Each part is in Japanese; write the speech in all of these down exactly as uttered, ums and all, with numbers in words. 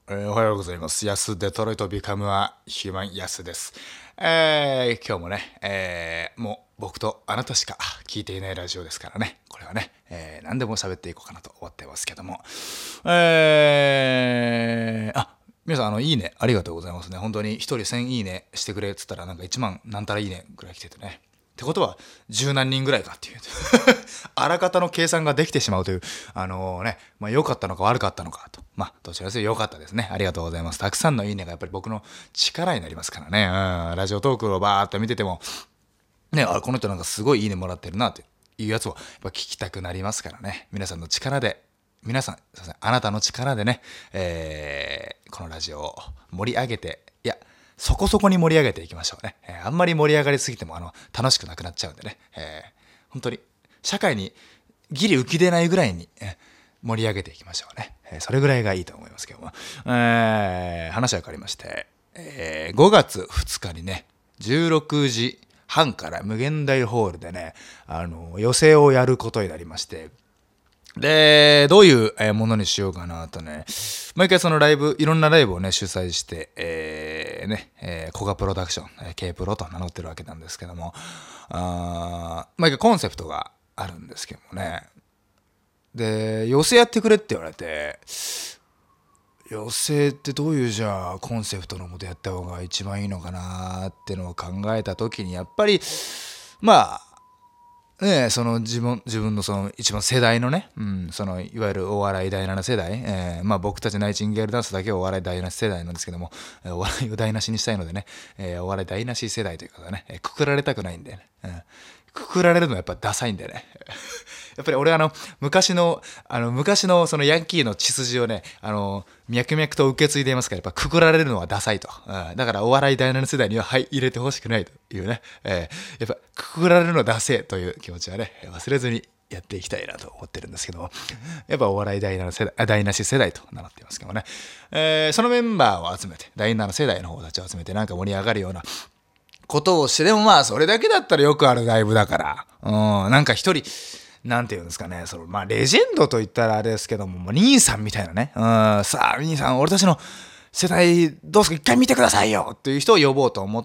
えーおはようございます。ヤスデトロイトビカムアヒューマンヤスです。えー今日もね、えーもう僕とあなたしか聞いていないラジオですからね。これはね、えー何でも喋っていこうかなと思ってますけども。えーあ、皆さん、あの、いいね、ありがとうございますね。本当に一人せんいいねしてくれっつったら、なんかいちまんなんたらいいねぐらい来ててね。ってことは、十何人ぐらいかっていう。あらかたの計算ができてしまうという、あのね、まあ良かったのか悪かったのかと。まあ、どちらにせよ良かったですね。ありがとうございます。たくさんのいいねがやっぱり僕の力になりますからね。うん、ラジオトークをバーっと見てても、ね、あ、この人なんかすごいいいねもらってるなっていうやつをやっぱ聞きたくなりますからね。皆さんの力で、皆さん、すいません、あなたの力でね、えーこのラジオを盛り上げて、いや、そこそこに盛り上げていきましょうね。えーあんまり盛り上がりすぎてもあの楽しくなくなっちゃうんでね。えー本当に社会にギリ浮き出ないぐらいに、えー盛り上げていきましょうね。えーそれぐらいがいいと思いますけども。えー話は変わりまして、えーごがつふつかにね、じゅうろくじはんから無限大ホールでね、あの、寄席をやることになりまして、で、どういうえーものにしようかなとね、毎回そのライブ、いろんなライブをね、主催して、えー、ね、えー、コガプロダクション、えー K プロと名乗ってるわけなんですけども、あー毎回コンセプトがあるんですけどもね、で、寄席やってくれって言われて、寄席ってどういうじゃあコンセプトのもとやった方が一番いいのかなってのを考えた時に、やっぱり、まあ、ねえ、その自分、自分のその一番世代のね、うん、そのいわゆるお笑い第七世代、えーまあ僕たちナイチンゲールダンスだけはお笑い第七世代なんですけども、えーお笑いを台無しにしたいのでね、えーお笑い台無し世代というかね、えーくくられたくないんでね、うん、くくられるのはやっぱダサいんでね。やっぱり俺あの昔のあの昔のそのヤンキーの血筋をね、あの脈々と受け継いでいますから、やっぱくくられるのはダサいと、うん、だからお笑い第七世代にははい入れてほしくないというね、えー、やっぱくくられるのダセーという気持ちはね忘れずにやっていきたいなと思ってるんですけども、やっぱお笑い第七世代、あ第七世代と名乗っていますけどもね、えー、そのメンバーを集めて第七世代の方たちを集めてなんか盛り上がるようなことをして、でもまあそれだけだったらよくあるライブだから、うん、なんか一人なんていうんですかね、そのまあレジェンドと言ったらあれですけども、まあ、兄さんみたいなね、うん、さあ兄さん俺たちの世代どうすか一回見てくださいよっていう人を呼ぼうと思って、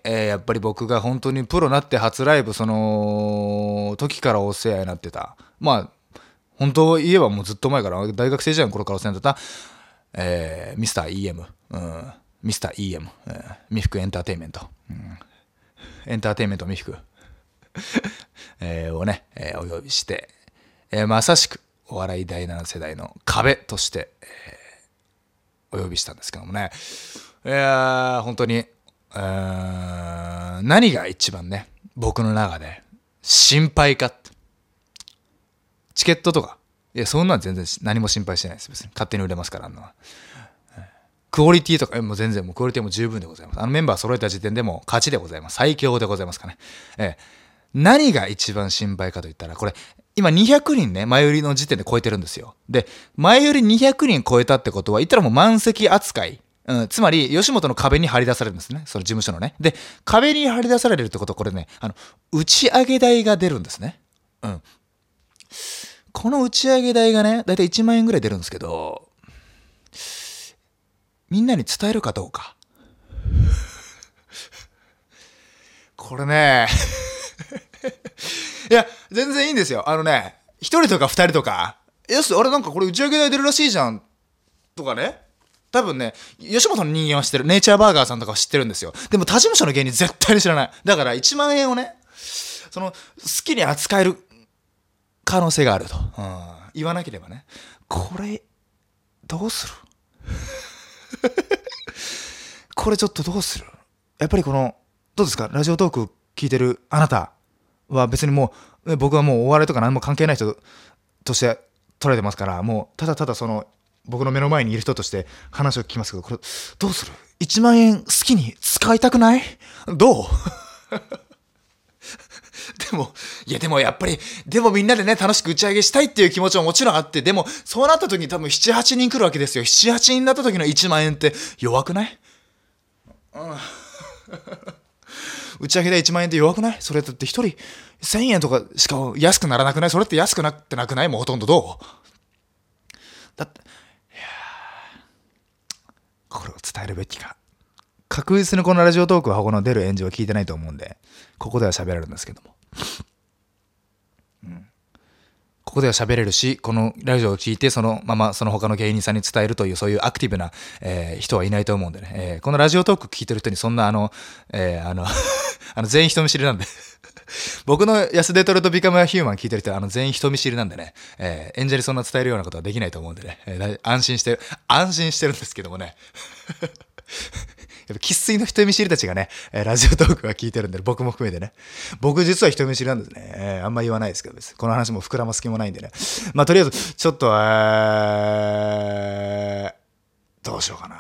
えーやっぱり僕が本当にプロになって初ライブその時からお世話になってた、まあ本当言えばもうずっと前から大学生時代の頃からお世話になってた、えーミスター イーエム、うん、ミスター イーエム、えー、ミフクエンターテインメント、うん、エンターテインメントミフクえーをね、えーお呼びして、えーまさしくお笑い第七世代の壁として、えーお呼びしたんですけどもね、いやー本当に、えー何が一番ね僕の中で心配かって、チケットとかいやそんなの全然何も心配してないです。別に勝手に売れますから、あんのはクオリティとかもう全然もうクオリティも十分でございます。あのメンバー揃えた時点でもう勝ちでございます。最強でございますかね。えー何が一番心配かといったら、これ、今にひゃくにんね、前売りの時点で超えてるんですよ。で、前売りにひゃくにん超えたってことは、言ったらもう満席扱い。うん、つまり、吉本の壁に張り出されるんですね。その事務所のね。で、壁に張り出されるってことは、これね、あの、打ち上げ代が出るんですね。うん。この打ち上げ代がね、だいたいいちまんえんぐらい出るんですけど、みんなに伝えるかどうか。これね、いや、全然いいんですよ。あのね、一人とか二人とか、よし、あれなんかこれ打ち上げ代出るらしいじゃん、とかね。多分ね、吉本の人間は知ってる。ネイチャーバーガーさんとかは知ってるんですよ。でも他事務所の芸人絶対に知らない。だからいちまん円をね、その、好きに扱える可能性があると。うん、言わなければね。これ、どうするこれちょっとどうするやっぱりこの、どうですかラジオトーク聞いてるあなたは別にもう僕はもうお笑いとか何も関係ない人として捉えてますから、もうただただその僕の目の前にいる人として話を聞きますけど、これどうするいちまん円好きに使いたくないどうでもいやでもやっぱりでもみんなでね楽しく打ち上げしたいっていう気持ちももちろんあって、でもそうなった時に多分ななはちにん来るわけですよ。ななはちにんになった時のいちまん円って弱くない？うん打ち上げでいちまん円って弱くない？それだって一人せんえんとかしか安くならなくない？それって安くなってなくない？もうほとんどどうだって、いや伝えるべきか。確実にこのラジオトークはこの出る炎上は聞いてないと思うんで、ここでは喋れるんですけども、うん、ここでは喋れるし、このラジオを聞いてそのままその他の芸人さんに伝えるというそういうアクティブな、えー、人はいないと思うんでね、えー、このラジオトーク聞いてる人にそんなあの、えー、あのあの全員人見知りなんで僕の安デトロイトビカムアヒューマン聞いてる人はあの全員人見知りなんでね、えー、演者にそんな伝えるようなことはできないと思うんでね、えー、安心してる安心してるんですけどもねやっぱ生粋の人見知りたちがね、ラジオトークは聞いてるんで、僕も含めてね。僕実は人見知りなんですね。えー、あんま言わないですけど、この話も膨らます気もないんでね。まあ、とりあえず、ちょっと、えー、どうしようか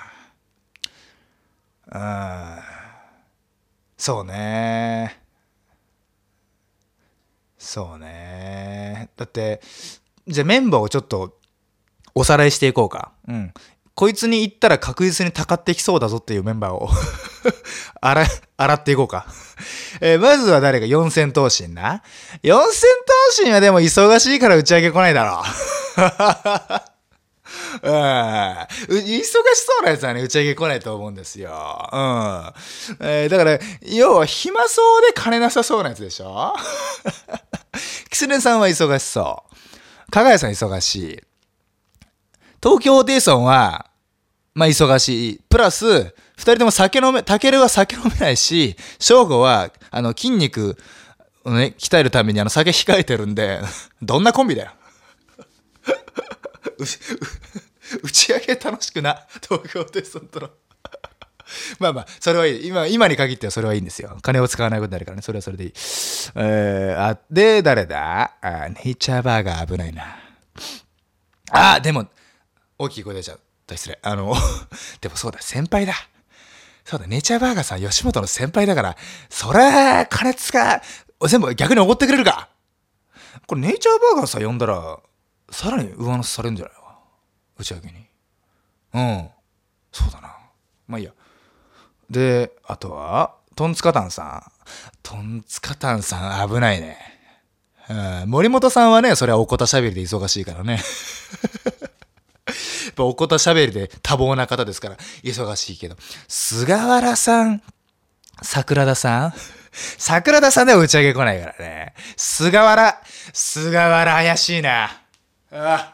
な。うん。そうね。そうね。だって、じゃあメンバーをちょっとおさらいしていこうか。うん。こいつに言ったら確実にたかってきそうだぞっていうメンバーを洗洗っていこうか、えー、まずは誰か四千頭身な。四千頭身はでも忙しいから打ち上げ来ないだろう。うん、忙しそうなやつはね打ち上げ来ないと思うんですよ。うん、えー、だから要は暇そうで金なさそうなやつでしょキツネさんは忙しそう。加賀谷さん忙しい。東京ホテイソンは、まあ忙しい。プラス、二人とも酒飲め、タケルは酒飲めないし、翔吾は、あの、筋肉をね、鍛えるためにあの、酒控えてるんで、どんなコンビだよ。打ち上げ楽しくな、東京ホテイソンとの。まあまあ、それはいい。今、今に限ってはそれはいいんですよ。金を使わないことになるからね。それはそれでいい。えー、あ、で、誰だあ、ネイチャーバーガー危ないな。あ、でも、大きい声出ちゃう。失礼。あの、でもそうだ、先輩だ。そうだ、ネイチャーバーガーさん、吉本の先輩だから、それ、金使う、全部逆におごってくれるか。これ、ネイチャーバーガーさん呼んだら、さらに上乗せされるんじゃないわ。打ち上げに。うん。そうだな。まあいいや。で、あとは、トンツカタンさん。トンツカタンさん、危ないね。うん、森本さんはね、それはおこたしゃべりで忙しいからね。やっぱおこたしゃべりで多忙な方ですから忙しいけど、菅原さん、桜田さん、桜田さんでは打ち上げ来ないからね。菅原、菅原怪しいな。あ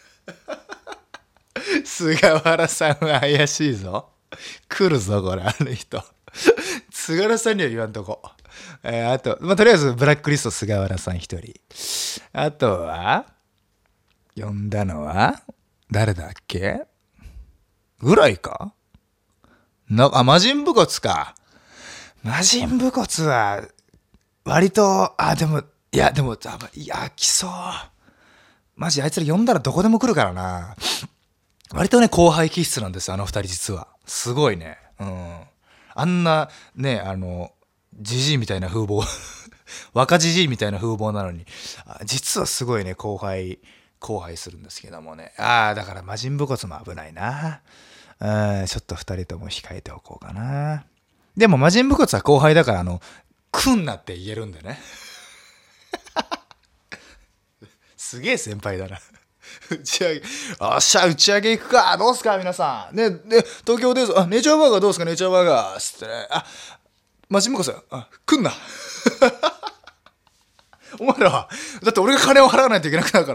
菅原さんは怪しいぞ。来るぞこれあの人。菅原さんには言わんとこ。えー、あと、まあ、とりあえずブラックリスト菅原さん一人。あとは呼んだのは誰だっけぐらいかなあ、魔人武骨か。魔人武骨は、割と、あ、でも、いや、でも、いや、来そう。マジ、あいつら呼んだらどこでも来るからな。割とね、後輩気質なんです、あの二人実は。すごいね。うん。あんな、ね、あの、ジジイみたいな風貌。若ジジイみたいな風貌なのに、実はすごいね、後輩、荒廃するんですけどもね。ああ、だから魔人武骨も危ないな。うん、ちょっと二人とも控えておこうかな。でも魔人武骨は後輩だから、あの、来んなって言えるんでね。すげえ先輩だな。打ち上げ、あっしゃ、打ち上げ行くか。どうすか、皆さん。ね、で、東京です。あ、ネイチャーバーガーどうすか、ネイチャーバーガー。つってね。あ、魔人武骨、あ、来んな。お前らは、だって俺が金を払わないといけなくなるから。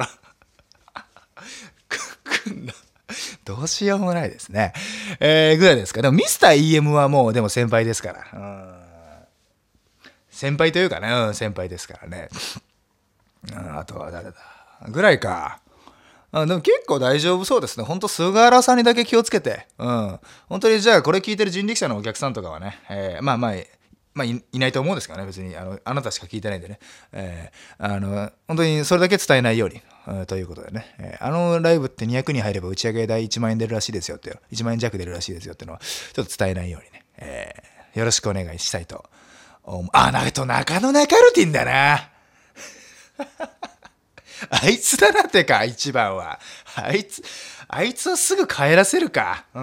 くんな。どうしようもないですね。えー、ぐらいですか。でもミスター イーエム はもうでも先輩ですから。うん、先輩というかね、うん、先輩ですからね。うん、あとは誰だぐらいか。あ、でも結構大丈夫そうですね。ほんと菅原さんにだけ気をつけて。うん。本当にじゃあこれ聞いてる人力車のお客さんとかはね、えー、まあまあ、まあい、いないと思うんですけどね、別にあのあなたしか聞いてないんでね、えー、あの本当にそれだけ伝えないように、えー、ということでね、えー、あのライブってにひゃくにん入れば打ち上げ代いちまん円出るらしいですよっていちまん円弱出るらしいですよっていうのはちょっと伝えないようにね、えー、よろしくお願いしたいと思う。あ、なんと中野ナカルティンだな。あいつだなってか、一番はあいつあいつはすぐ帰らせるか。うん、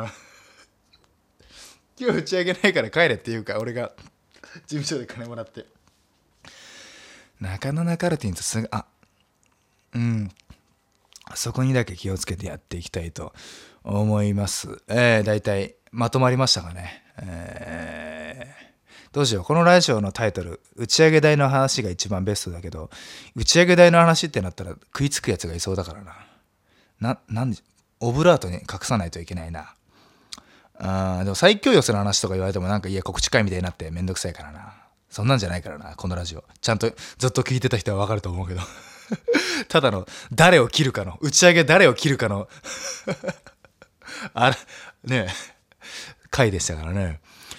今日打ち上げないから帰れっていうか、俺が事務所で金もらって中野ナカルティンとすぐ、あ、うん、 そこにだけ気をつけてやっていきたいと思います。えー、だいたいまとまりましたかね。えー、どうしよう。このラジオのタイトル、打ち上げ台の話が一番ベストだけど、打ち上げ台の話ってなったら食いつくやつがいそうだからな。な、なんで、オブラートに隠さないといけないな。あーでも最強寄せの話とか言われてもなんかいや告知会みたいになってめんどくさいからな。そんなんじゃないからな、このラジオ。ちゃんとずっと聞いてた人はわかると思うけど。ただの誰を切るかの、打ち上げ誰を切るかの、あれ、ねえ、回でしたからね。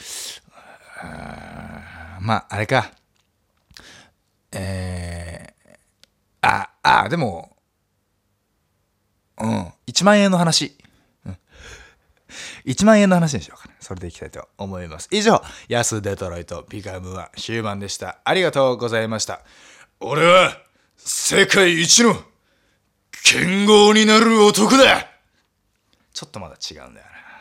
あまあ、あれか。えー、あ、あ、でも、うん、いちまん円の話。いちまん円の話にしようかな。それでいきたいと思います。以上、ヤスデトロイトビカムはヒューマンでした。ありがとうございました。俺は世界一の剣豪になる男だ。ちょっとまだ違うんだよな。